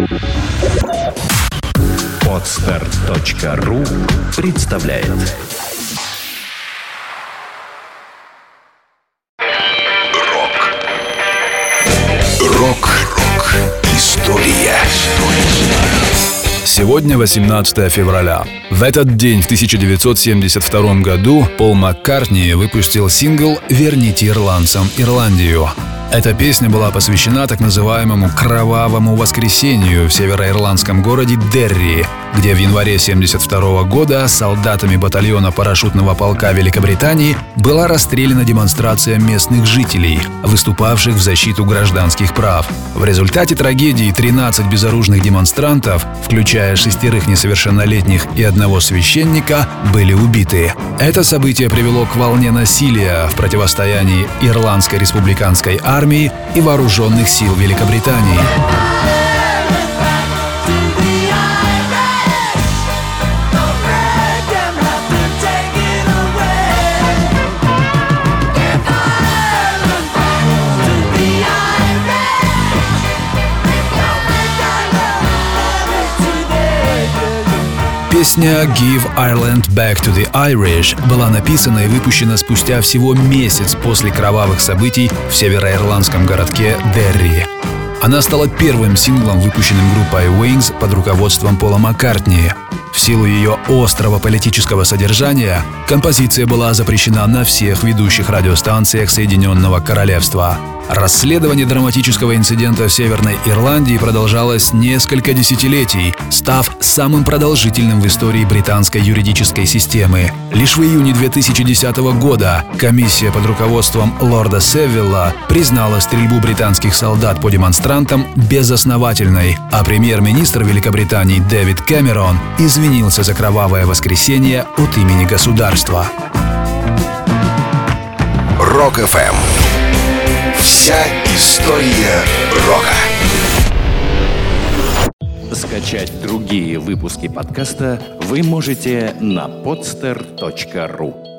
Podster.ru представляет. Рок. История. Сегодня 18 февраля. В этот день, в 1972 году, Пол Маккартни выпустил сингл «Верните ирландцам Ирландию». Эта песня была посвящена так называемому «Кровавому воскресенью» в североирландском городе Дерри, где в январе 1972 года солдатами батальона парашютного полка Великобритании была расстреляна демонстрация местных жителей, выступавших в защиту гражданских прав. В результате трагедии 13 безоружных демонстрантов, включая 6 несовершеннолетних и 1 священника, были убиты. Это событие привело к волне насилия в противостоянии Ирландской республиканской армии и вооруженных сил Великобритании. Песня «Give Ireland Back to the Irish» была написана и выпущена спустя всего месяц после кровавых событий в североирландском городке Дерри. Она стала первым синглом, выпущенным группой Wings под руководством Пола Маккартни. В силу ее острого политического содержания композиция была запрещена на всех ведущих радиостанциях Соединенного Королевства. Расследование драматического инцидента в Северной Ирландии продолжалось несколько десятилетий, став самым продолжительным в истории британской юридической системы. Лишь в июне 2010 года комиссия под руководством лорда Севилла признала стрельбу британских солдат по демонстрантам безосновательной, а премьер-министр Великобритании Дэвид Кэмерон извинился за кровавое воскресенье от имени государства. Рок-ФМ. Вся история рока. Скачать другие выпуски подкаста вы можете на podster.ru.